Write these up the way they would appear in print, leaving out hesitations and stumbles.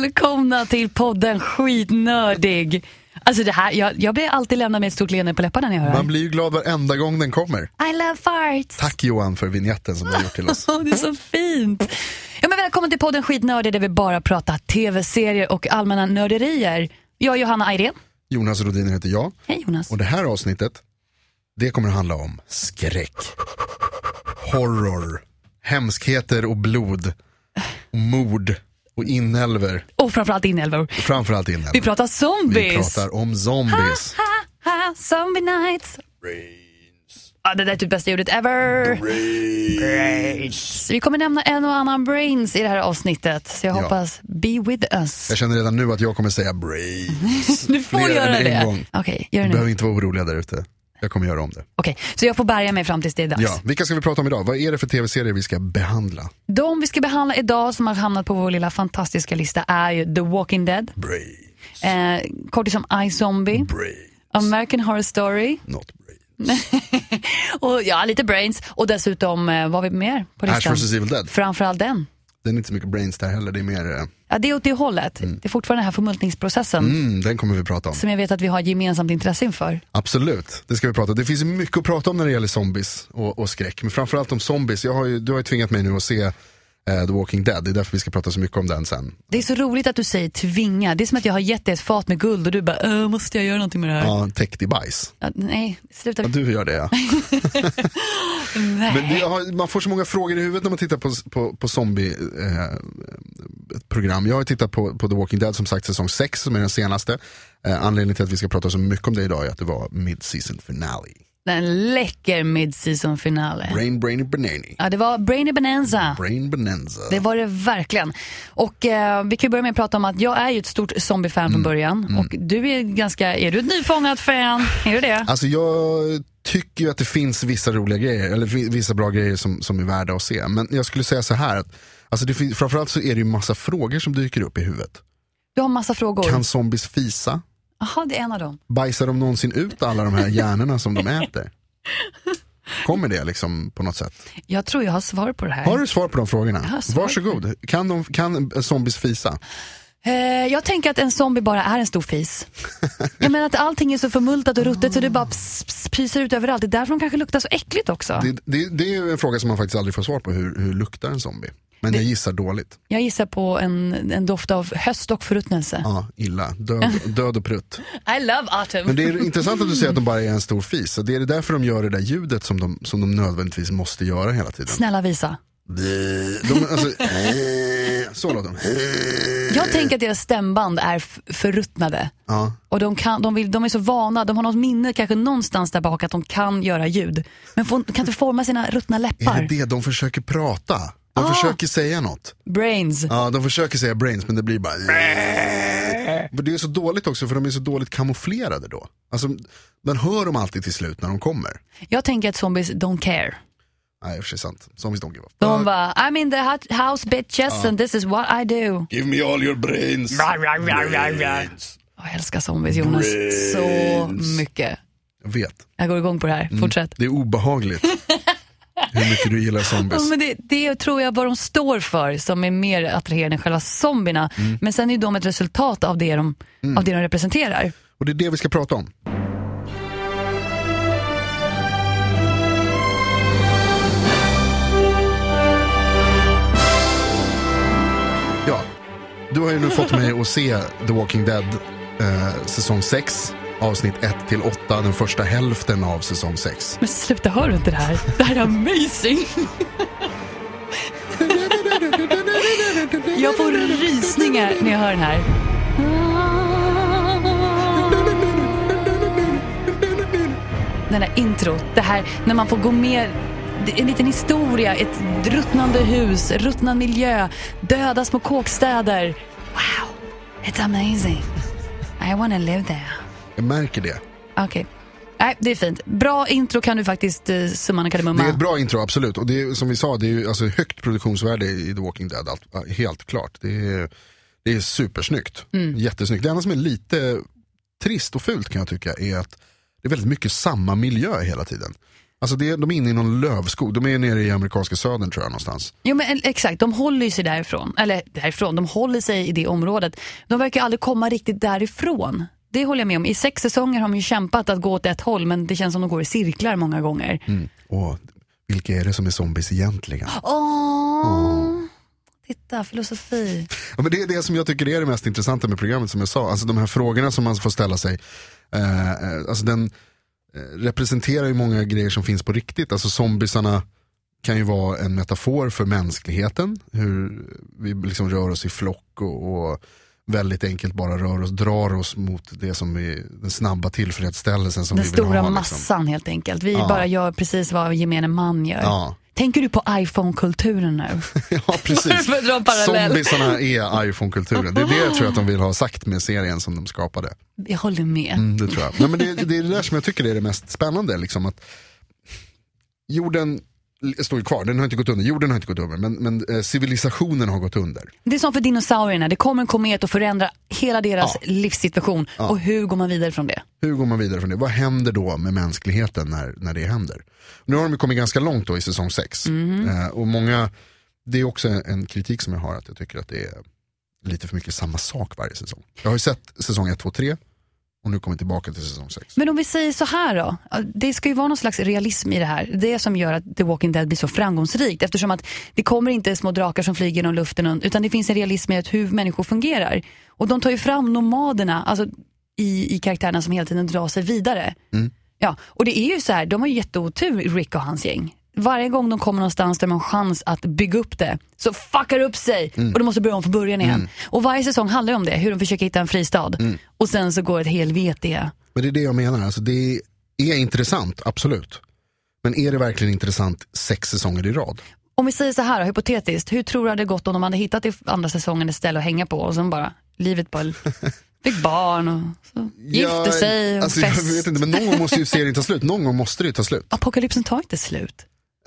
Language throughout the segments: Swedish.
Välkomna till podden Skitnördig. Alltså det här, jag blir alltid lämnad med ett stort leende på läpparna när jag hör. Man blir ju glad varenda gång den kommer. I love farts. Tack Johan för vignetten som du har gjort till oss. Det är så fint. Ja, men välkommen till podden Skitnördig där vi bara pratar tv-serier och allmänna nörderier. Jag är Johanna Ayrén. Jonas Rodin heter jag. Hej Jonas. Och det här avsnittet, det kommer att handla om skräck, horror, hemskheter och blod, och mord och inälvor. Och framförallt inälvor. Vi pratar zombies. Vi pratar om zombies. Zombie nights. Brains. Ja, det där är typ bästa ljudet ever. Brains. Vi kommer nämna en och annan brains i det här avsnittet. Så jag hoppas, be with us. Jag känner redan nu att jag kommer säga brains. Du får göra det. Okej, gör det nu. Du behöver inte vara oroliga där ute. Jag kommer göra om det. Okej, så jag får bärga mig fram tills det är dags. Ja, vilka ska vi prata om idag? Vad är det för tv-serier vi ska behandla? De vi ska behandla idag som har hamnat på vår lilla fantastiska lista är ju The Walking Dead. Brains. Kortis som iZombie. Brains. American Horror Story. Not brains. Och ja, lite brains. Och dessutom, vad har vi mer på listan? Ash vs Evil Dead. Framförallt den. Den är inte så mycket brains där heller, det är mer... Ja, det är åt det hållet. Det är fortfarande den här förmultningsprocessen. Den kommer vi prata om. Som jag vet att vi har gemensamt intresse inför. Absolut, det ska vi prata om. Det finns mycket att prata om när det gäller zombies och skräck. Men framförallt om zombies. Du har ju tvingat mig nu att se The Walking Dead. Det är därför vi ska prata så mycket om den sen. Det är så roligt att du säger tvinga. Det är som att jag har gett dig ett fat med guld och du bara, måste jag göra någonting med det här? Ja, täckt i bajs. Ja, nej, sluta. Ja, du gör det, ja. Men man får så många frågor i huvudet när man tittar på zombie-program. Jag har tittat på The Walking Dead, som sagt, säsong 6 som är den senaste. Anledningen till att vi ska prata så mycket om det idag är att det var mid-season finale. En läcker mid-season finale. Brainy Banani. Ja, det var Brainy Bonanza. Brain Bonanza. Det var det verkligen. Och vi kan börja med att prata om att jag är ju ett stort zombie-fan från början. Och du är du ett nyfångat fan? Är du det? Alltså jag tycker ju att det finns vissa roliga grejer, eller vissa bra grejer som är värda att se. Men jag skulle säga så här, att alltså framförallt så är det ju massa frågor som dyker upp i huvudet. Du har massa frågor. Kan zombies fisa? Jaha, det är en av dem. Bajsar de någonsin ut alla de här hjärnorna som de äter? Kommer det liksom på något sätt? Jag tror jag har svar på det här. Har du svar på de frågorna? Varsågod. Kan zombies fisa? Jag tänker att en zombie bara är en stor fis. Jag menar att allting är så förmultat och ruttet så det bara pyser ut överallt. Det är därför de kanske luktar så äckligt också. Det är ju en fråga som man faktiskt aldrig får svar på. Hur luktar en zombie? Men jag gissar dåligt. Jag gissar på en doft av höst och förruttnelse. Ja, illa. Död och prutt. I love autumn. Men det är intressant att du säger att de bara är en stor fis. Så det är därför de gör det där ljudet som de nödvändigtvis måste göra hela tiden. Snälla visa. Så låter de. Jag tänker att deras stämband är förruttnade. Ja. Och de är så vana. De har något minne kanske någonstans där bak att de kan göra ljud. Men kan inte forma sina ruttna läppar. Är det de försöker prata? De försöker säga något. Brains. Ja, de försöker säga brains, men det blir bara... Men det är så dåligt också, för de är så dåligt kamouflerade då. Alltså, man hör dem alltid till slut när de kommer. Jag tänker att zombies don't care. Nej, det är sant. Zombies don't give up. De bara, I'm in the house bitches and this is what I do. Give me all your brains. Brains. Jag älskar zombies, Jonas. Brains. Så mycket. Jag vet. Jag går igång på det här. Fortsätt. Det är obehagligt. Hur mycket du gillar zombies. Ja, men det tror jag vad de står för som är mer attraherande än själva zombierna. Men sen är de ett resultat av det de representerar. Och det är det vi ska prata om. Ja, du har ju nu fått mig att se The Walking Dead säsong 6. Avsnitt 1-8, den första hälften av säsong 6. Men sluta, hör du inte det här? Det här är amazing! Jag får rysningar när jag hör den här. Den här intro, det här när man får gå med en liten historia, ett ruttnande hus, ruttnande miljö, döda små kåkstäder. Wow, it's amazing. I wanna live there. Jag märker det. Okej. Nej, det är fint. Bra intro kan du faktiskt summan och kardemumma. Det är ett bra intro, absolut. Och det är, som vi sa, det är ju alltså högt produktionsvärde i The Walking Dead. Helt klart. Det är supersnyggt. Jättesnyggt. Det enda som är lite trist och fult kan jag tycka är att det är väldigt mycket samma miljö hela tiden. Alltså de är inne i någon lövskog. De är nere i amerikanska södern tror jag någonstans. Jo men exakt, de håller ju sig därifrån. Eller därifrån, de håller sig i det området. De verkar aldrig komma riktigt därifrån. Det håller jag med om. I 6 säsonger har de ju kämpat att gå åt ett håll, men det känns som de går i cirklar många gånger. Och vilka är det som är zombies egentligen? Titta, filosofi. Ja, men det är det som jag tycker är det mest intressanta med programmet, som jag sa. Alltså de här frågorna som man får ställa sig. Alltså den representerar ju många grejer som finns på riktigt. Alltså zombiesarna kan ju vara en metafor för mänskligheten. Hur vi liksom rör oss i flock och väldigt enkelt bara drar oss mot det som är den snabba tillfredsställelsen som den vi vill ha. Den stora liksom. massan helt enkelt. Vi bara gör precis vad gemene man gör. Ja. Tänker du på iPhone-kulturen nu? Ja, precis. Zombiesarna är iPhone-kulturen. Det är det jag tror att de vill ha sagt med serien som de skapade. Jag håller med. Det tror jag. Nej, men det är det där som jag tycker är det mest spännande. Liksom, att jorden står ju kvar, den har inte gått under. Jorden har inte gått under, men civilisationen har gått under. Det är som för dinosaurierna. Det kommer en komet och förändrar hela deras livssituation. Och hur går man vidare från det? Vad händer då med mänskligheten när det händer? Nu har de kommit ganska långt då i säsong 6. Och många, det är också en kritik som jag har, att jag tycker att det är lite för mycket samma sak varje säsong. Jag har ju sett säsong 1, 2, 3 och nu kommer tillbaka till säsong 6. Men om vi säger så här då, det ska ju vara någon slags realism i det här. Det som gör att The Walking Dead blir så framgångsrikt, eftersom att det kommer inte små drakar som flyger genom luften, utan det finns en realism i hur människor fungerar. Och de tar ju fram nomaderna, alltså i karaktärerna som hela tiden drar sig vidare. Ja, och det är ju så här, de har ju jätteotur, Rick och hans gäng. Varje gång de kommer någonstans där de har en chans att bygga upp det, så fuckar upp sig och de måste börja om från början igen. Och varje säsong handlar om det, hur de försöker hitta en fristad. Och sen så går ett helvete. Men det är det jag menar, alltså det är intressant, absolut. Men är det verkligen intressant 6 säsonger i rad? Om vi säger så här, hypotetiskt, hur tror du det gått om de hade hittat i andra säsongen ett ställe att hänga på och sen bara, livet bara fick barn och så gifte sig och alltså, fest. Jag vet inte, men någon gång måste ju serien ta slut. Någon gång måste det ta slut. Apokalypsen tar inte slut.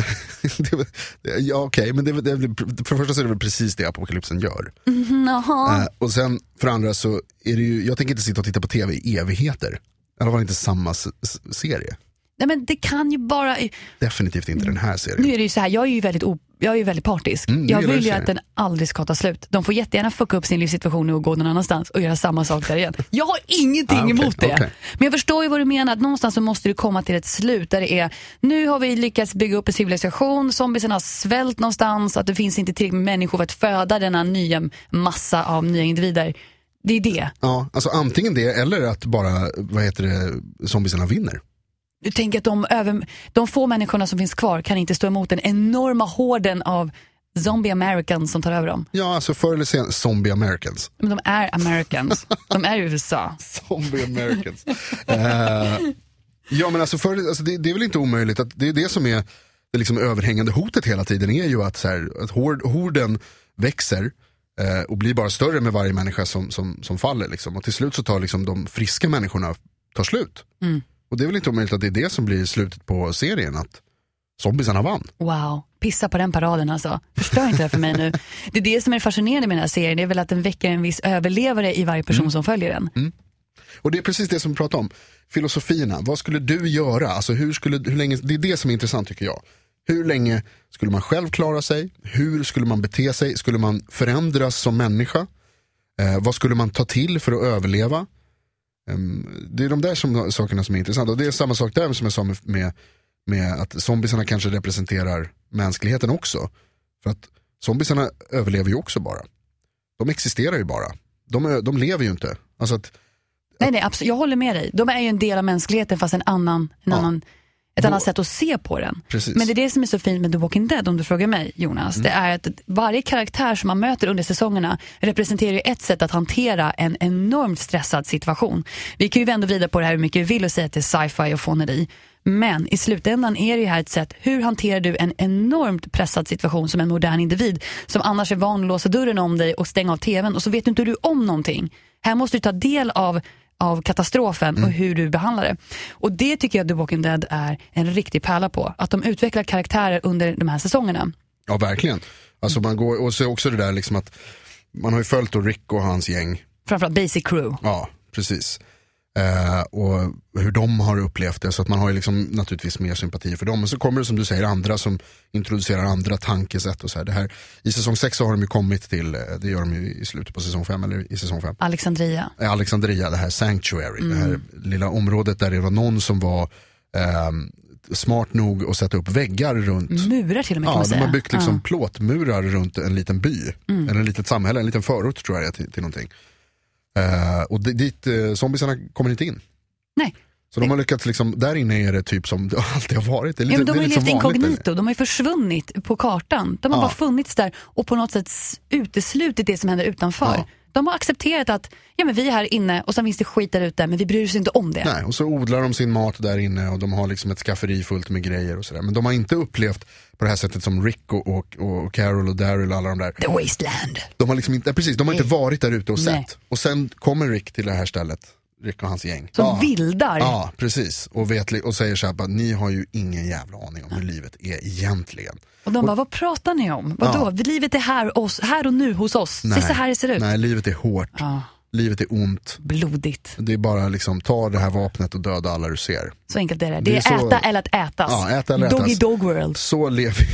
Ja, okej, men för det första så är det väl precis det apokalypsen gör. Och sen för andra så är det ju, jag tänker inte sitta och titta på tv i evigheter. Eller var det inte samma serie? Nej, men det kan ju bara... Definitivt inte den här serien. Nu är det ju så här, jag är ju väldigt partisk. Jag vill ju att den aldrig ska ta slut. De får jättegärna fucka upp sin livssituation och gå någon annanstans och göra samma sak där igen. Jag har ingenting emot det. Okay. Men jag förstår ju vad du menar, att någonstans så måste det komma till ett slut där det är, nu har vi lyckats bygga upp en civilisation, zombiesen har svält någonstans, att det finns inte tillräckligt med människor för att föda denna nya massa av nya individer. Det är det. Ja, alltså antingen det eller att bara, zombiesarna vinner. Du tänker att de få människorna som finns kvar kan inte stå emot den enorma horden av zombie Americans som tar över dem. Ja, alltså förr eller sen zombie Americans. Men de är Americans. De är i USA. Zombie Americans. Ja, men alltså, det är väl inte omöjligt att det är det som är det liksom överhängande hotet hela tiden, är ju att, så här, att horden växer och blir bara större med varje människa som faller liksom. Och till slut så tar liksom de friska människorna tar slut. Och det är väl inte omöjligt att det är det som blir slutet på serien, att zombiesarna vann. Wow, pissa på den paraden alltså. Förstör inte det för mig nu. Det är det som är fascinerande med den här serien. Det är väl att den väcker en viss överlevare i varje person som följer den. Och det är precis det som vi pratar om. Filosofierna, vad skulle du göra? Alltså hur länge, det är det som är intressant tycker jag. Hur länge skulle man själv klara sig? Hur skulle man bete sig? Skulle man förändras som människa? Vad skulle man ta till för att överleva? Det är de där sakerna som är intressanta. Och det är samma sak där som jag sa med att zombiesarna kanske representerar mänskligheten också. För att zombiesarna överlever ju också bara. De existerar ju bara. De lever ju inte. Alltså nej, absolut. Jag håller med dig. De är ju en del av mänskligheten, fast ett annat sätt att se på den. Precis. Men det är det som är så fint med The Walking Dead, om du frågar mig, Jonas. Det är att varje karaktär som man möter under säsongerna representerar ju ett sätt att hantera en enormt stressad situation. Vi kan ju vända vidare på det här hur mycket vi vill och säga att det är sci-fi och fåneri. Men i slutändan är det ju här ett sätt, hur hanterar du en enormt pressad situation som en modern individ som annars är van att låsa dörren om dig och stänga av tvn, och så vet inte du om någonting. Här måste du ta del av katastrofen och hur du behandlar det. Och det tycker jag The Walking Dead är en riktig pärla på. Att de utvecklar karaktärer under de här säsongerna. Ja, verkligen. Alltså man går, och så också det där liksom att man har ju följt Rick och hans gäng. Framförallt Basic Crew. Ja, precis. Och hur de har upplevt det, så att man har ju liksom naturligtvis mer sympati för dem. Men så kommer det, som du säger, andra som introducerar andra tankesätt och så här. Det här, i säsong 6 så har de ju kommit till, det gör de ju i slutet på säsong 5 eller i säsong 5. Alexandria, det här Sanctuary, det här lilla området där det var någon som var smart nog att sätta upp väggar runt. Murar till och med, kan man säga. De har byggt liksom plåtmurar runt en liten by. Eller ett litet samhälle, en liten förort tror jag till någonting. Och dit zombiesarna kommer inte in. Nej. Så de har lyckats liksom, där inne är det typ som det alltid har varit. Det är lite, men de har ju levt inkognito, de har ju försvunnit på kartan. De har bara funnits där och på något sätt uteslutit det som händer utanför. Ja. De har accepterat att men vi är här inne och sen finns det skit där ute, men vi bryr oss inte om det. Nej, och så odlar de sin mat där inne och de har liksom ett skafferi fullt med grejer och sådär. Men de har inte upplevt på det här sättet som Rick och Carol och Daryl och alla de där. The Wasteland. De har liksom inte, precis, de har inte varit där ute och sett. Och sen kommer Rick till det här stället, Rick och hans gäng. Som vildar. Ja, precis. Och säger så här, bara, ni har ju ingen jävla aning om hur livet är egentligen. Och de bara, vad pratar ni om? Vadå? Livet är här och nu hos oss. Nej, se så här det ser ut. Nej, livet är hårt. Livet är ont. Blodigt. Det är bara liksom, ta det här vapnet och döda alla du ser. Så enkelt är det. Det är äta eller att ätas. Ja, äta eller Doggy ätas. dog world. Så lever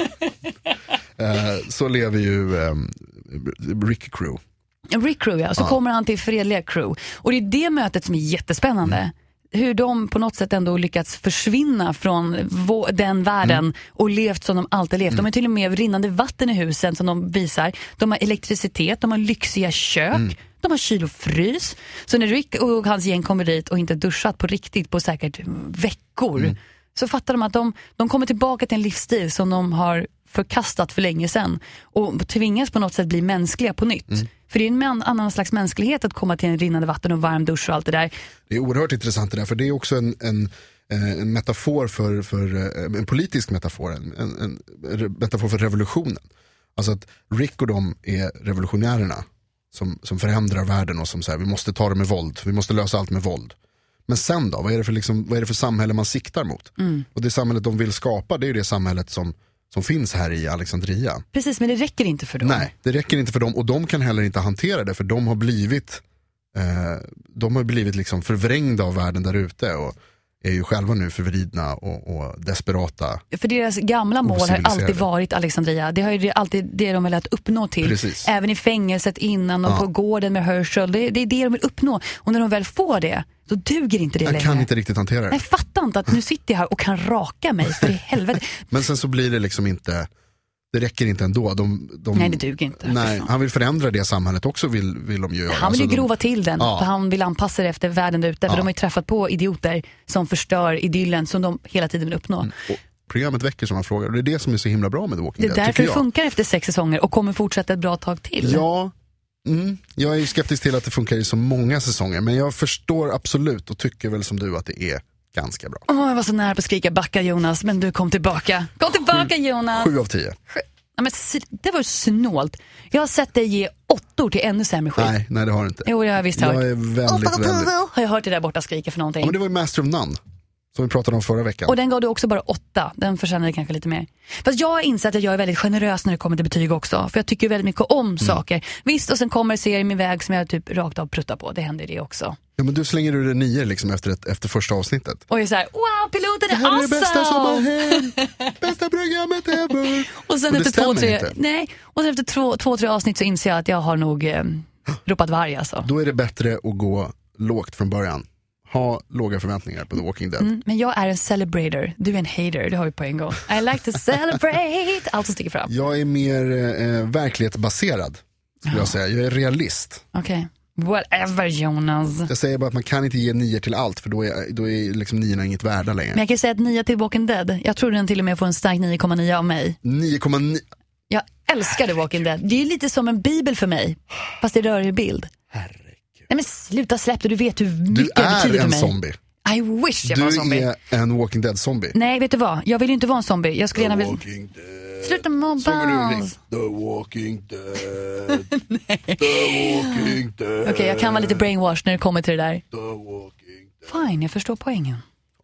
så lever ju Rick Crew. Rick Crew, ja. Så kommer han till fredliga Crew. Och det är det mötet som är jättespännande. Hur de på något sätt ändå lyckats försvinna från den världen och levt som de alltid levt. De har till och med rinnande vatten i husen som de visar. De har elektricitet, de har lyxiga kök, de har kyl och frys. Så när Rick och hans gäng kommer dit och inte duschat på riktigt på säkert veckor, så fattar de att de kommer tillbaka till en livsstil som de har förkastat för länge sedan och tvingas på något sätt bli mänskliga på nytt. För det är en annan slags mänsklighet att komma till en rinnande vatten och varm dusch och allt det där. Det är oerhört intressant det där, för det är också en metafor för en politisk metafor, en metafor för revolutionen. Alltså att Rick och de är revolutionärerna som förändrar världen och som säger vi måste ta det med våld, vi måste lösa allt med våld. Men sen då, vad är det för samhälle man siktar mot? Och det samhället de vill skapa, det är ju det samhället som finns här i Alexandria. Precis, men det räcker inte för dem. Nej, det räcker inte för dem, och de kan heller inte hantera det, för de har blivit liksom förvrängda av världen där ute och är ju själva nu förvridna och desperata. För deras gamla mål har alltid varit Alexandria. Det har ju alltid det de vill att uppnå till. Precis. Även i fängelset innan och på gården med Herschel. Det är det de vill uppnå. Och när de väl får det, då duger inte det längre. Jag kan inte riktigt hantera det. Jag fattar inte att nu sitter jag här och kan raka mig, för i helvete. Men sen så blir det liksom inte, det räcker inte ändå. Nej, det duger inte. Nej, han vill förändra det samhället också, vill de göra. Han vill ju grova till den, för han vill anpassa det efter världen där ute. För de har ju träffat på idioter som förstör idyllen som de hela tiden vill uppnå. Och programmet väcker som man frågar, och det är det som är så himla bra med The Walking Dead. Det är därför det funkar efter 6 säsonger och kommer fortsätta ett bra tag till. Ja, jag är ju skeptisk till att det funkar i så många säsonger, men jag förstår absolut och tycker väl som du att det är ganska bra. Jag var så nära på att skrika backa, Jonas, men du kom tillbaka. Kom tillbaka, Jonas. 7 av 10. Ja, men det var snålt. Jag har sett dig ge 8 till ännu sämre skit. Nej, det har du inte. Jo, jag har visst hört. Jag är väldigt... Har jag hört det där borta skrika för någonting? Ja, men det var ju Master of None som vi pratade om förra veckan. Och den gav du också bara 8. Den förtjänade kanske lite mer. Fast jag har insett att jag är väldigt generös när det kommer till betyg också. För jag tycker väldigt mycket om saker. Visst, och sen kommer serien min väg som jag typ rakt av pruttar på. Det händer det också. Ja, men du slänger ur det 9 liksom efter första avsnittet. Och jag är såhär, wow, piloten är awesome! Det bästa som har hänt! Bästa programmet ever! Och sen efter 2-3 avsnitt så inser jag att jag har nog ropat varg alltså. Då är det bättre att gå lågt från början. Ha låga förväntningar på The Walking Dead. Men jag är en celebrator, du är en hater, det har vi på en gång. I like to celebrate. Allt som sticker fram. Jag är mer verklighetsbaserad, skulle jag säga. Jag är realist. Okej. Whatever, Jonas. Jag säger bara att man kan inte ge 9 till allt, för då är liksom 9 inget värda längre. Men jag kan säga att 9 till Walking Dead, jag tror den till och med får en stark 9,9 av mig. 9,9. Jag älskar The Walking Dead. Det är lite som en bibel för mig, fast det rör ju bild. Herregud. Nej, men sluta släpp det, du vet hur mycket det betyder för mig. Du är en zombie. I wish jag var en zombie. Du är en Walking Dead-zombie. Nej, vet du vad? Jag vill ju inte vara en zombie. Jag skulle gärna vilja... Sluta mobba. The Walking Dead. The Walking Dead. Okej, jag kan vara lite brainwash när det kommer till det där. The Walking Dead. Fine, jag förstår poängen. Okej.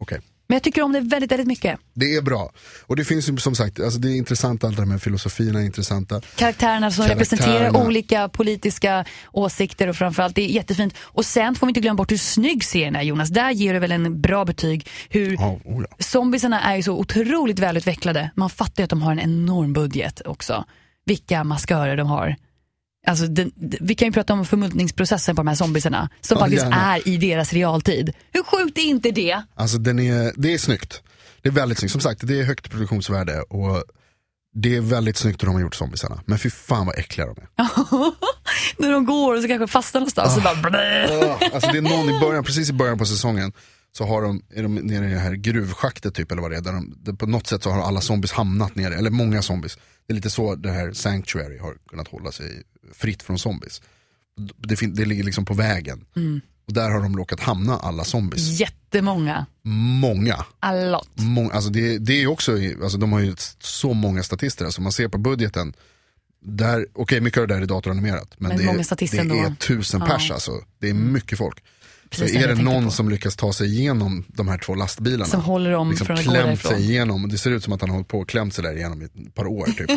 Men jag tycker om det väldigt, väldigt mycket. Det är bra. Och det finns ju som sagt, alltså det är intressant, allt det här med filosofierna är intressanta. Karaktärerna som representerar olika politiska åsikter och framförallt, det är jättefint. Och sen får vi inte glömma bort hur snygg serien är, Jonas. Där ger du väl en bra betyg. Hur zombiesarna är ju så otroligt välutvecklade. Man fattar ju att de har en enorm budget också. Vilka maskörer de har. Alltså vi kan ju prata om förmultningsprocessen på de här zombiesarna som faktiskt är i deras realtid. Hur sjukt är inte det? Alltså det är snyggt. Det är väldigt snyggt. Som sagt, det är högt produktionsvärde och det är väldigt snyggt hur de har gjort zombiesarna. Men fy fan vad äckliga de är. När de går och så kanske fastnar någonstans och bara alltså det är någon i början, precis i början på säsongen så är de nere i det här gruvschaktet typ eller vad det är. Där på något sätt så har alla zombies hamnat nere, eller många zombies. Det är lite så det här Sanctuary har kunnat hålla sig fritt från zombies. Det ligger liksom på vägen. Och där har de råkat hamna alla zombies. Jättemånga. Många. Allot. Alltså det är också, alltså de har ju så många statister. Alltså man ser på budgeten där, okej, mycket av det där är datoranimerat. Men det är 1000 pers alltså. Det är mycket folk. Precis, så är det någon som lyckas ta sig igenom de här 2 lastbilarna som håller dem liksom från att gå därifrån. Sig igenom, det ser ut som att han har hållit på och klämt sig där igenom i ett par år typ.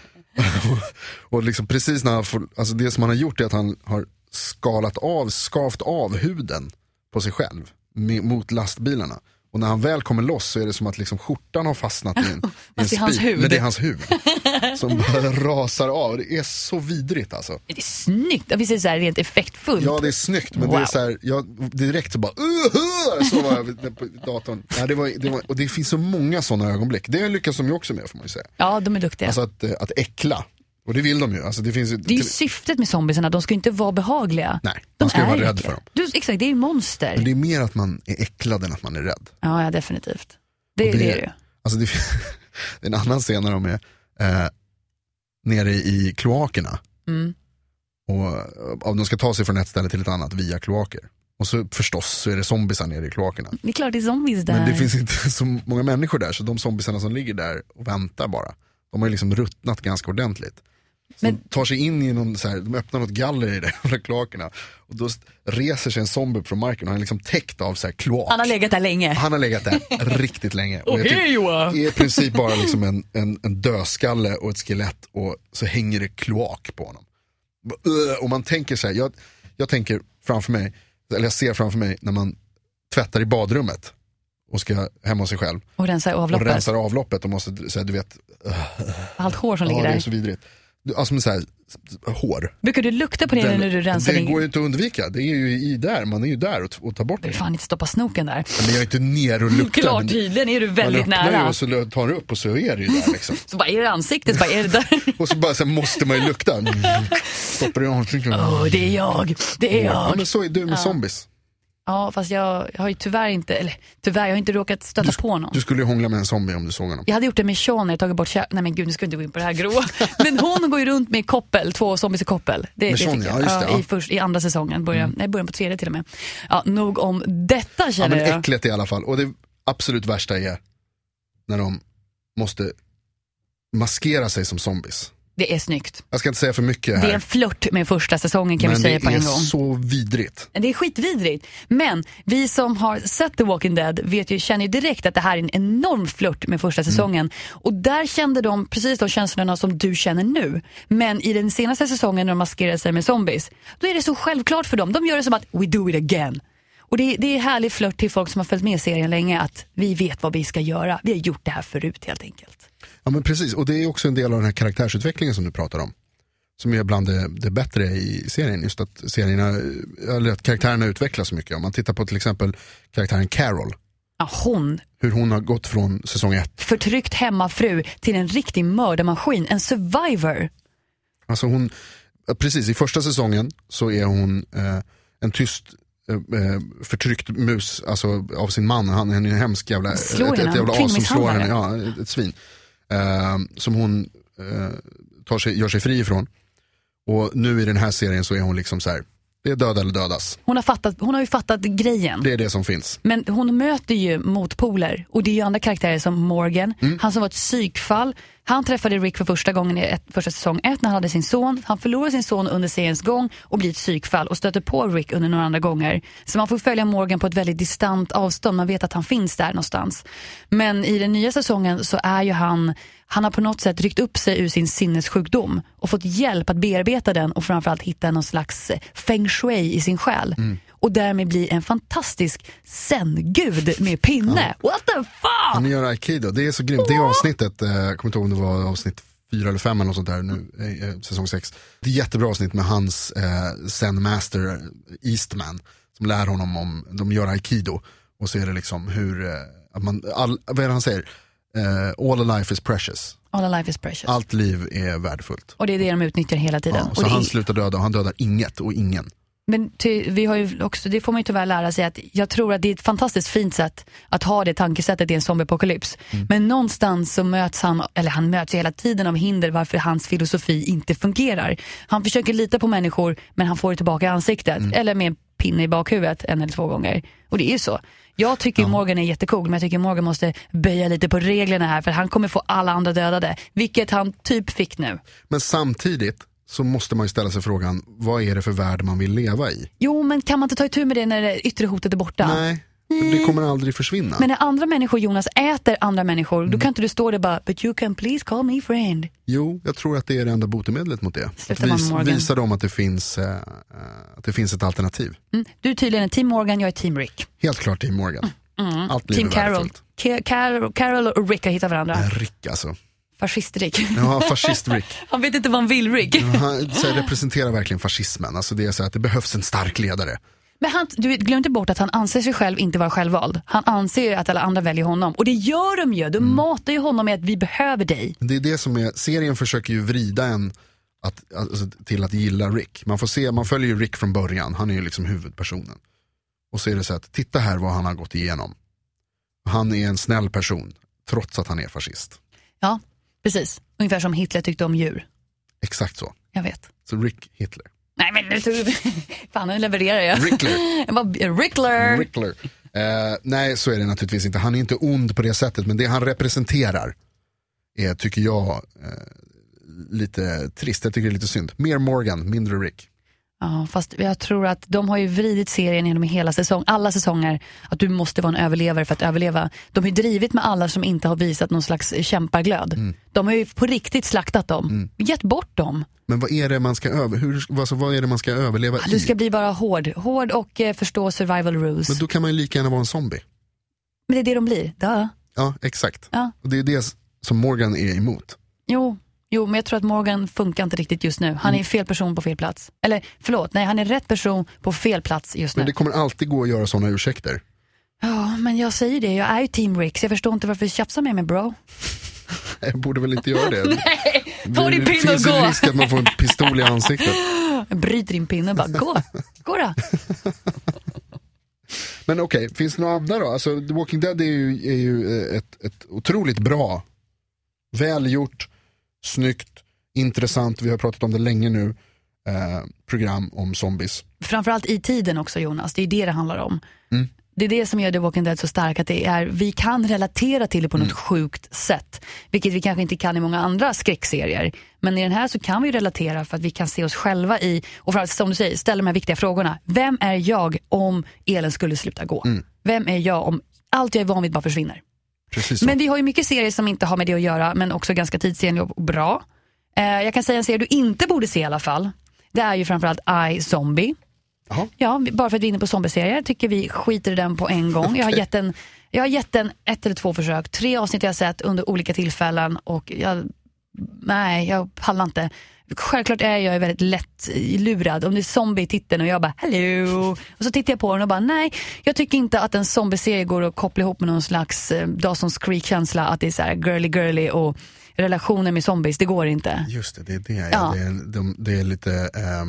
Och liksom precis när han får, alltså det som han har gjort är att han har skavt av huden på sig själv mot lastbilarna. Och när han väl kommer loss så är det som att liksom skjortan har fastnat i en spik. Men det är hans huvud som bara rasar av. Det är så vidrigt alltså. Det är snyggt, vi säger så här rent effektfullt. Ja, det är snyggt, men det är så här, direkt så bara så var jag på datorn. Ja, det var, och det finns så många sådana ögonblick. Det lyckas de ju också med, får man ju säga. Ja, de är duktiga. Alltså att äckla. Och det vill de ju. Alltså det är ju syftet med zombiesarna, de ska inte vara behagliga. Nej, man ska ju vara rädd för dem. Exakt, det är ju monster. Men det är mer att man är äcklad än att man är rädd. Ja, definitivt. Det är det ju. Alltså det är en annan scen när de är nere i kloakerna. Och de ska ta sig från ett ställe till ett annat via kloaker. Och så förstås så är det zombiesar nere i kloakerna. Det är klart det är zombies där. Men det finns inte så många människor där, så de zombiesarna som ligger där och väntar bara, de har ju liksom ruttnat ganska ordentligt. Så de tar sig in i någon så här, de öppnar något galler i de kloakerna och då reser sig en zombie från marken och han är liksom täckt av så här kloak. Han har legat där länge. Han har legat där riktigt länge. Och det är i princip bara liksom en dödskalle och ett skelett och så hänger det kloak på honom. Och man tänker så här, jag tänker framför mig, eller jag ser framför mig när man tvättar i badrummet och ska hemma hos sig själv. Och rensar avloppet och måste säga, du vet, allt hår som ligger där. Det är så vidrigt. Alltså med så här, hår. Brukar du lukta på det när du rensar? Det går ju inte att undvika. Det är ju där, man är ju där och tar bort det. Du fan inte stoppa snoken där. Men jag är inte ner och luktar. Klart, tydligen är du väldigt nära. Och så tar du upp och så är det ju där liksom. Så bara är det ansiktet, bara är det där. Och så bara så måste man ju lukta. Stoppar i ansiktet. Det är jag. Ja, men så är du med zombies. Ja, fast jag har ju tyvärr jag har inte råkat stöta på någon. Du skulle ju hångla med en zombie om du såg honom. Jag hade gjort det med Sean när jag tagit bort nej men gud, nu ska vi inte gå in på det här gråa. Men hon går ju runt med koppel, 2 zombies i koppel. Det Sean, i andra säsongen, början på 3:e till och med. Ja, nog om detta, känner jag. Men äckligt i alla fall. Och det absolut värsta är när de måste maskera sig som zombies. Det är snyggt. Jag ska inte säga för mycket här. Det är en flört med första säsongen, kan vi säga på en gång. Men det är så vidrigt. Det är skitvidrigt. Men vi som har sett The Walking Dead känner ju direkt att det här är en enorm flört med första säsongen. Och där kände de precis de känslorna som du känner nu. Men i den senaste säsongen när de maskerar sig med zombies, då är det så självklart för dem. De gör det som att we do it again. Och det är härlig flört till folk som har följt med serien länge, att vi vet vad vi ska göra. Vi har gjort det här förut helt enkelt. Ja, men precis, och det är också en del av den här karaktärsutvecklingen som du pratar om. Som är bland det bättre i serien. Just att att karaktärerna utvecklas så mycket. Om man tittar på till exempel karaktären Carol. Ja, hur hon har gått från säsong 1. Förtryckt hemmafru till en riktig mördarmaskin. En survivor. Alltså precis, i första säsongen så är hon en tyst förtryckt mus, alltså av sin man. Han är en hemsk jävla ett jävla as som slår henne, ja, ett svin. Som hon gör sig fri ifrån. Och nu i den här serien så är hon liksom så här Det är döda eller dödas. Hon har ju fattat grejen. Det är det som finns. Men hon möter ju motpoler. Och det är ju andra karaktärer som Morgan. Han som var ett psykfall. Han träffade Rick för första gången i första säsong 1 när han hade sin son. Han förlorar sin son under seriens gång och blir ett psykfall och stöter på Rick under några andra gånger. Så man får följa Morgan på ett väldigt distant avstånd. Man vet att han finns där någonstans. Men i den nya säsongen så är ju han har på något sätt ryckt upp sig ur sin sinnessjukdom och fått hjälp att bearbeta den och framförallt hitta någon slags feng shui i sin själ. Och därmed bli en fantastisk zen-gud med pinne. What the fuck? Han gör aikido, det är så grymt. Det avsnittet, jag kommer inte ihåg om det var avsnitt 4 eller 5 eller något sånt där nu, säsong 6. Det är ett jättebra avsnitt med hans zen-master Eastman som lär honom om, de gör aikido. Och så är det liksom hur, vad är det han säger? All life is precious. All life is precious. Allt liv är värdefullt. Och det är det de utnyttjar hela tiden. Ja, så han slutar döda och han dödar inget och ingen. Men vi har ju också, det får man ju tyvärr lära sig att jag tror att det är ett fantastiskt fint sätt att ha det tankesättet i en zombieapokalyps. Men någonstans så möts han möts hela tiden av hinder varför hans filosofi inte fungerar. Han försöker lita på människor men han får det tillbaka i ansiktet. Eller med en pinne i bakhuvudet 1 eller 2 gånger. Och det är ju så. Jag tycker Morgan är jättecool, men jag tycker Morgan måste böja lite på reglerna här för han kommer få alla andra dödade. Vilket han typ fick nu. Men samtidigt så måste man ju ställa sig frågan, vad är det för värld man vill leva i? Jo, men kan man inte ta itu med det när det yttre hotet är borta? Nej, för det kommer aldrig försvinna. Men när andra människor, Jonas, äter andra människor, då kan inte du stå där bara, but you can please call me friend. Jo, jag tror att det är det enda botemedlet mot det. Att visa dem att det finns ett alternativ. Du är tydligen Team Morgan, jag är Team Rick. Helt klart Team Morgan. Allt Team Carol. Carol och Rick har hittat varandra. Rick alltså. Fascist-Rick. Ja, fascist-Rick. Han vet inte vad han vill, Rick. Han representerar verkligen fascismen. Alltså det är så att det behövs en stark ledare. Men du glöm inte bort att han anser sig själv inte vara självvald. Han anser att alla andra väljer honom. Och det gör de ju. De matar ju honom med att vi behöver dig. Det är det som är, serien försöker ju vrida en till att gilla Rick. Man följer ju Rick från början. Han är ju liksom huvudpersonen. Och så är det så att, titta här vad han har gått igenom. Han är en snäll person, trots att han är fascist. Ja, precis. Ungefär som Hitler tyckte om djur. Exakt så. Jag vet. Så Rick Hitler. Nej, men fan, nu levererar jag. Rickler. Nej, så är det naturligtvis inte. Han är inte ond på det sättet, men det han representerar är, tycker jag, lite trist. Jag tycker det är lite synd. Mer Morgan, mindre Rick. Ja, fast jag tror att de har ju vridit serien genom hela alla säsonger att du måste vara en överlevare för att överleva. De har ju drivit med alla som inte har visat någon slags kämpaglöd. De har ju på riktigt slaktat dem. Gett bort dem. Men vad är det man ska vad är det man ska överleva i? Du ska bli bara hård och förstå survival rules. Men då kan man ju lika gärna vara en zombie. Men det är det de blir, da. Ja, exakt. Ja. Och det är det som Morgan är emot. Jo, men jag tror att Morgan funkar inte riktigt just nu. Han är fel person på fel plats. Eller, han är rätt person på fel plats just nu. Men det kommer alltid gå att göra sådana ursäkter. Ja, men jag säger det. Jag är ju Team Rick, så jag förstår inte varför du tjafsar med mig, bro. Jag borde väl inte göra det. Nej, ta din pinne och gå. Det finns en risk att man får en pistol i ansiktet. Jag bryter din pinne och bara, gå då. Men okej, finns det några andra då? Alltså, The Walking Dead är ju ett otroligt bra, välgjort, snyggt, intressant, vi har pratat om det länge nu, program om zombies. Framförallt i tiden också, Jonas, det är det handlar om. Det är det som gör The Walking Dead så stark, att vi kan relatera till det på något sjukt sätt, vilket vi kanske inte kan i många andra skräckserier, men i den här så kan vi relatera för att vi kan se oss själva i, och framförallt som du säger, ställa de här viktiga frågorna. Vem är jag om elen skulle sluta gå? Vem är jag om allt jag är van vid bara försvinner? Men vi har ju mycket serier som inte har med det att göra, men också ganska tidsenliga och bra. Jag kan säga en serie du inte borde se i alla fall. Det är ju framförallt iZombie. Aha. Ja, bara för att vi är inne på zombieserier tycker vi skiter i den på en gång. Okay. Jag har gett den 1 eller 2 försök. 3 avsnitt jag har sett under olika tillfällen och jag pallar inte. Självklart är jag väldigt lätt lurad om det är zombie-titeln och jag bara hello, och så tittar jag på den och bara nej, jag tycker inte att en zombieserie går att koppla ihop med någon slags Dawson's Creek-känsla, att det är så här girly och relationer med zombies, det går inte. Just det är det. Ja. Det är lite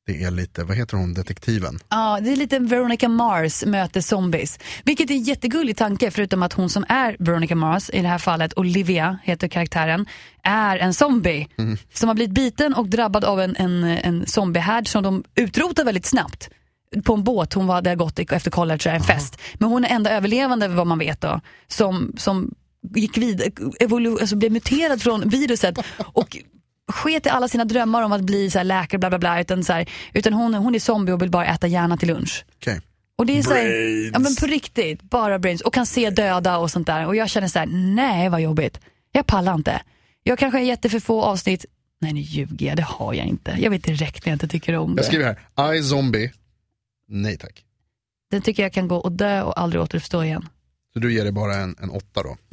det är lite, vad heter hon, detektiven? Ja, det är lite Veronica Mars möter zombies. Vilket är en jättegullig tanke, förutom att hon som är Veronica Mars, i det här fallet Olivia heter karaktären, är en zombie som har blivit biten och drabbad av en zombiehärd som de utrotar väldigt snabbt. På en båt, hon hade gått efter college, en fest. Men hon är enda överlevande, vad man vet då, som gick vidare, alltså blev muterad från viruset och sket i alla sina drömmar om att bli så här läkare bla bla bla, utan hon är zombie och vill bara äta hjärna till lunch. Okay. Och det är så här, ja men på riktigt, bara brains, och kan se döda och sånt där. Och jag känner så här, nej vad jobbigt. Jag pallar inte. Jag kanske har gett det för få avsnitt. Nej, nu ljuger jag, det har jag inte. Jag vet direkt när jag inte tycker om det. Jag skriver här, I zombie. Nej tack. Den tycker jag kan gå och dö och aldrig återuppstå igen. Så du ger det bara en 8 då?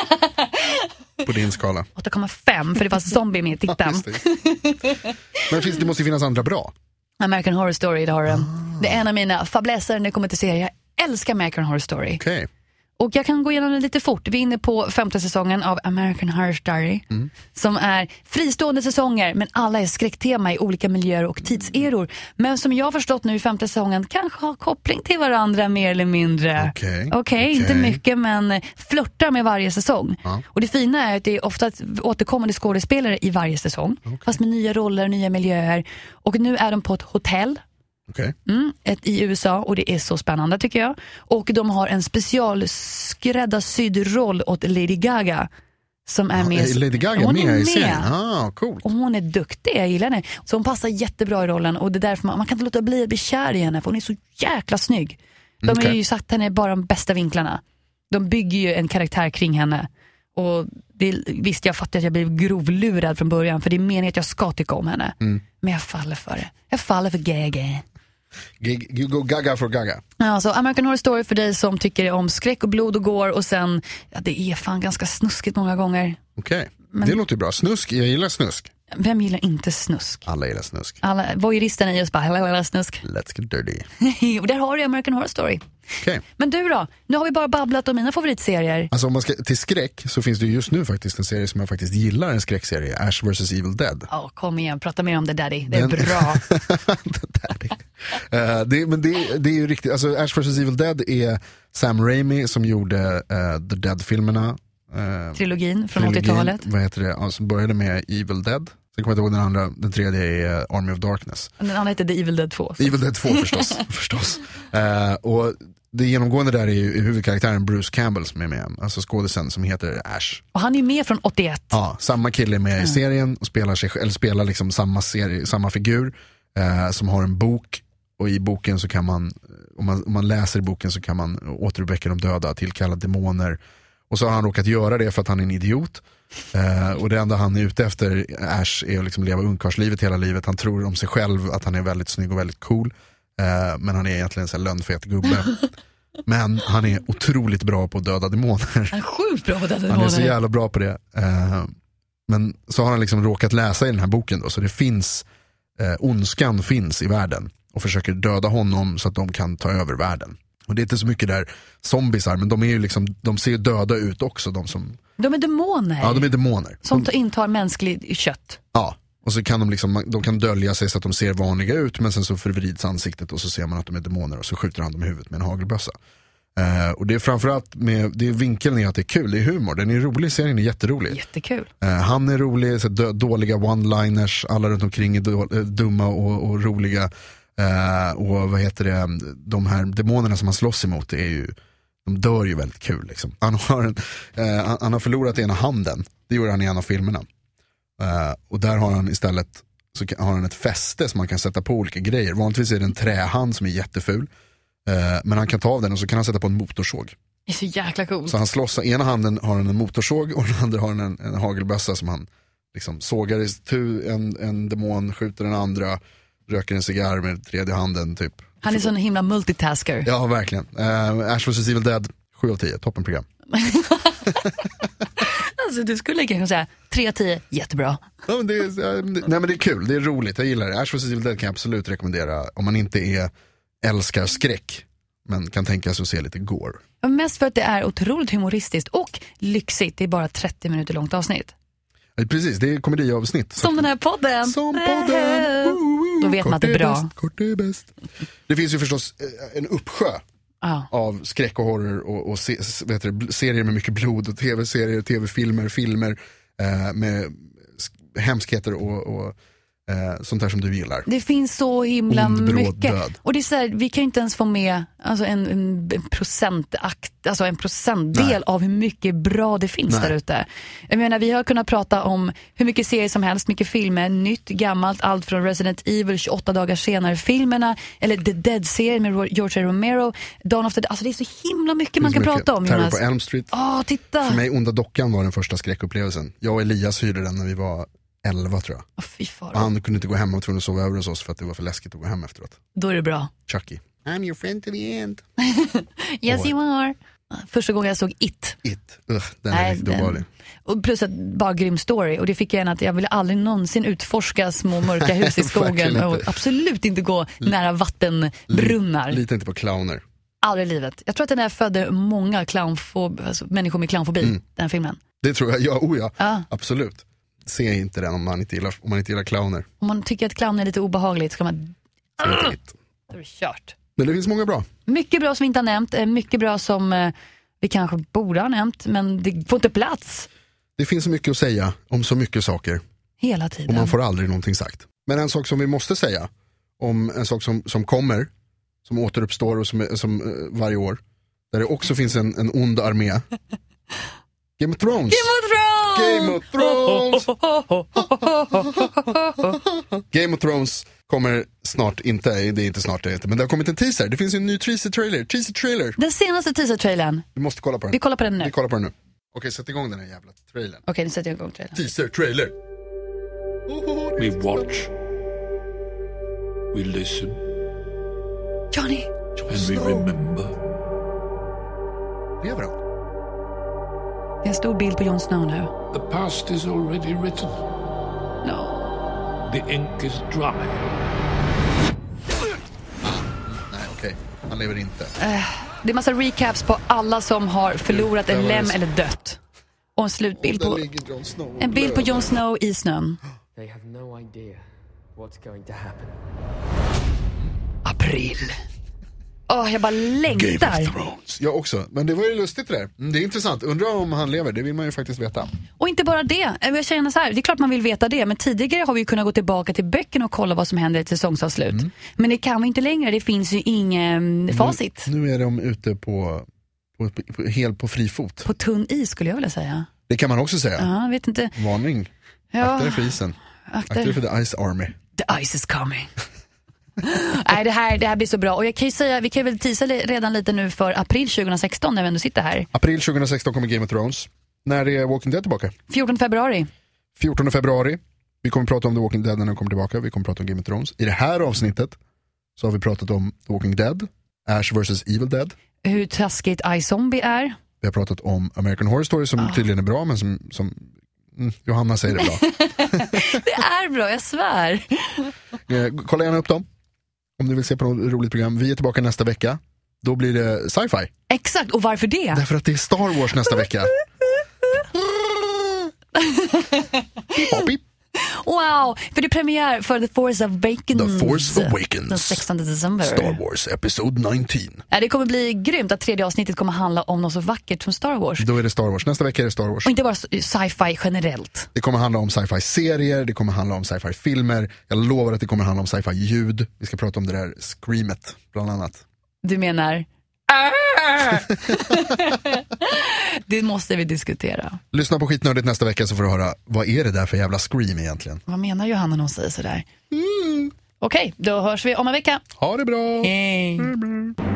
På din skala. 8,5 för det var zombie med i titeln. Men det måste ju finnas andra bra. American Horror Story, det har den. Det är en av mina fabläser när det kommer till serier. Jag älskar American Horror Story. Okay. Och jag kan gå igenom det lite fort. Vi är inne på 5:e säsongen av American Horror Story. Som är fristående säsonger, men alla är skräcktema i olika miljöer och tidseror. Men som jag har förstått nu i 5:e säsongen kanske har koppling till varandra mer eller mindre. Okej, inte mycket, men flörtar med varje säsong. Och det fina är att det är ofta återkommande skådespelare i varje säsong. Fast med nya roller, nya miljöer. Och nu är de på ett hotell. Okay. I USA, och det är så spännande tycker jag. Och de har en specialskräddarsydd roll åt Lady Gaga som är med. Är Lady Gaga med i serien? Cool. Och hon är duktig, jag gillar henne. Så hon passar jättebra i rollen, och det är därför man kan inte låta bli att bli kär i henne, för hon är så jäkla snygg. De har ju satt henne bara de bästa vinklarna. De bygger ju en karaktär kring henne. Och visst, jag fattar att jag blev grovlurad från början, för det är meningen att jag ska tycka om henne. Men jag faller för det. Jag faller för Gaga. You go Gaga for Gaga. Ja, så American Horror Story för dig som tycker om skräck och blod och går, och sen, det är fan ganska snuskigt många gånger. Okej, det låter ju bra. Snusk, jag gillar snusk. Vem gillar inte snusk? Alla gillar snusk. Alla voyeuristerna i oss bara, alla snusk. Let's get dirty. Och där har du American Horror Story. Okay. Men du då? Nu har vi bara babblat om mina favoritserier. Alltså om man ska till skräck, så finns det just nu faktiskt en serie som jag faktiskt gillar, en skräckserie, Ash vs. Evil Dead. Kom igen, prata mer om The Daddy. Det är bra. The Daddy. Det är ju riktigt, alltså Ash vs. Evil Dead är Sam Raimi som gjorde The Dead-filmerna. Trilogin från 80-talet. Vad heter det? Som började med Evil Dead. Sen kommer jag inte ihåg den tredje är Army of Darkness. Den andra heter The Evil Dead 2. Evil Dead 2 förstås. Och det genomgående där är ju huvudkaraktären Bruce Campbell som är med. Alltså skådisen som heter Ash. Och han är med från 81. Ja, samma kille är med i serien och spelar liksom samma figur som har en bok. Och i boken så kan man, om man läser i boken så kan man återuppväcka de döda, tillkalla demoner. Och så har han råkat göra det för att han är en idiot. Och det enda han är ute efter, Ash, är att liksom leva ungkarlslivet hela livet. Han tror om sig själv att han är väldigt snygg och väldigt cool. Men han är egentligen en sån här lönnfet gubbe. Men han är otroligt bra på att döda demoner. Han är sjukt bra på att döda demoner. Han är så jävla bra på det. Men så har han liksom råkat läsa i den här boken då. Så det finns, ondskan finns i världen. Och försöker döda honom så att de kan ta över världen. Och det är inte så mycket där zombiesar, men de är ju liksom, de ser ju döda ut också, de är demoner. Ja, de är demoner. Som intar mänskligt kött. Ja, och så kan de kan dölja sig så att de ser vanliga ut, men sen så förvrids ansiktet och så ser man att de är demoner och så skjuter han dem i huvudet med en hagelbössa. Och det är framförallt det är vinkeln i att det är kul, det är humor, den är rolig, serien är jätterolig. Jättekul. Han är rolig, så dåliga one-liners, alla runt omkring är dumma och roliga. Och vad heter det, de här demonerna som han slåss emot, det är ju, de dör ju väldigt kul liksom. Han har förlorat ena handen. Det gjorde han i en av filmerna. Och där har han istället, så har han ett fäste som man kan sätta på olika grejer. Vanligtvis är det en trähand som är jätteful, men han kan ta av den och så kan han sätta på en motorsåg. Det är så jäkla coolt. Så han slåss, ena handen har han en motorsåg och den andra har han en hagelbössa som han liksom sågar i en demon, skjuter den andra, röker en cigarr med tredje handen typ. Han är sån himla multitasker. Ja, verkligen. Ash vs. Evil Dead, 7/10, toppenprogram. Alltså du skulle kanske säga 3/10, jättebra. Ja, men det är kul, det är roligt, jag gillar det. Ash vs. Evil Dead kan jag absolut rekommendera om man inte älskar skräck, men kan tänka sig att se lite gore. Mest för att det är otroligt humoristiskt och lyxigt. Det är bara 30 minuter långt avsnitt. Precis, det är komediavsnitt. Som den här podden. Som podden. Då vet man att det är bra. Kort är bäst. Det finns ju förstås en uppsjö av skräck och horror och serier med mycket blod och tv-serier, tv-filmer, filmer med hemskheter och sånt där som du gillar. Det finns så himla mycket. Död. Och det är så här, vi kan ju inte ens få med alltså en procentakt, alltså en procentdel av hur mycket bra det finns där ute. Jag menar, vi har kunnat prata om hur mycket serier som helst, mycket filmer, nytt, gammalt, allt från Resident Evil 28 dagar senare filmerna, eller The Dead-serien med George Romero, Dawn of the Dead. Alltså det är så himla mycket man kan prata om. Terror på Elm Street. Titta. För mig Onda dockan var den första skräckupplevelsen. Jag och Elias hyrde den när vi var 11 tror jag. Fy far. Han kunde inte gå hem och tvungen att sova över hos oss för att det var för läskigt att gå hem efteråt. Då är det bra. Chucky. I'm your friend to the end. Yes you are. Första gången jag såg It. Den är riktigt obehaglig. Och plus att bara grym story. Och det fick jag att jag ville aldrig någonsin utforska små mörka hus i skogen. Och absolut inte gå nära vattenbrunnar. Lita inte på clowner. Aldrig i livet. Jag tror att den där födde många människor med clownfobi, den filmen. Det tror jag, ja. Absolut. Se inte den om man inte gillar clowner. Om man tycker att clown är lite obehagligt så kan man... Då är det kört. Men det finns många bra. Mycket bra som vi inte har nämnt. Mycket bra som vi kanske borde ha nämnt. Men det får inte plats. Det finns så mycket att säga om så mycket saker. Hela tiden. Och man får aldrig någonting sagt. Men en sak som vi måste säga om en sak som kommer, som återuppstår och som varje år, där det också finns en ond armé. Game of Thrones! Game of Thrones! Game of Thrones kommer snart, det är inte snart det heter, men det har kommit en teaser. Det finns en ny teaser-trailer. Den senaste teaser-trailern. Vi måste kolla på den. Vi kollar på den nu. Okej, sätt igång den här jävla trailern. Okej, nu sätter jag igång trailern. Teaser-trailer. We watch. We listen. Johnny. And we remember. Lever han? Det är en stor bild på Jon Snow nu. The past is already written. No. The ink is dry. Nej, okej. Han lever inte. Det är massa recaps på alla som har förlorat en lem eller dött. Och en slutbild på en bild på Jon Snow i snön. They have no idea what's going to happen. April. Jag bara längtar. Game of Thrones. Jag också, men det var ju lustigt det där. Det är intressant, undrar om han lever, det vill man ju faktiskt veta. Och inte bara det, jag känner så här, det är klart man vill veta det, men tidigare har vi ju kunnat gå tillbaka till böckerna och kolla vad som händer i ett säsongsavslut. Men det kan vi inte längre, det finns ju ingen facit. Nu är de ute helt på fri fot. På tunn is skulle jag vilja säga. Det kan man också säga. Ja, vet inte. Varning, akta dig för isen. Akta dig för the Ice Army. The ice is coming. Nej, det här blir så bra. Och jag kan ju säga, vi kan väl teasa redan lite nu för april 2016 när vi ändå sitter här. April 2016 kommer Game of Thrones. När är Walking Dead tillbaka? 14 februari. 14 februari. Vi kommer prata om The Walking Dead när den kommer tillbaka. Vi kommer prata om Game of Thrones. I det här avsnittet så har vi pratat om The Walking Dead, Ash vs. Evil Dead. Hur taskigt iZombie är. Vi har pratat om American Horror Story som tydligen är bra, men som Johanna säger det bra. Det är bra, jag svär. Kolla gärna upp dem om du vill se på något roligt program. Vi är tillbaka nästa vecka. Då blir det sci-fi. Exakt, och varför det? Därför att det är Star Wars nästa vecka. Wow, för det är premiär för The Force Awakens. The Force Awakens. Den 16 december. Star Wars Episode 19. Ja, det kommer bli grymt att tredje avsnittet kommer handla om något så vackert som Star Wars. Då är det Star Wars. Nästa vecka är det Star Wars. Och inte bara sci-fi generellt. Det kommer handla om sci-fi-serier, det kommer handla om sci-fi-filmer. Jag lovar att det kommer handla om sci-fi-ljud. Vi ska prata om det där screamet, bland annat. Du menar... Det måste vi diskutera. Lyssna på Skitnördigt nästa vecka så får du höra, vad är det där för jävla scream egentligen? Vad menar Johanna när hon säger sådär? Okej, då hörs vi om en vecka. Ha det bra! Hej!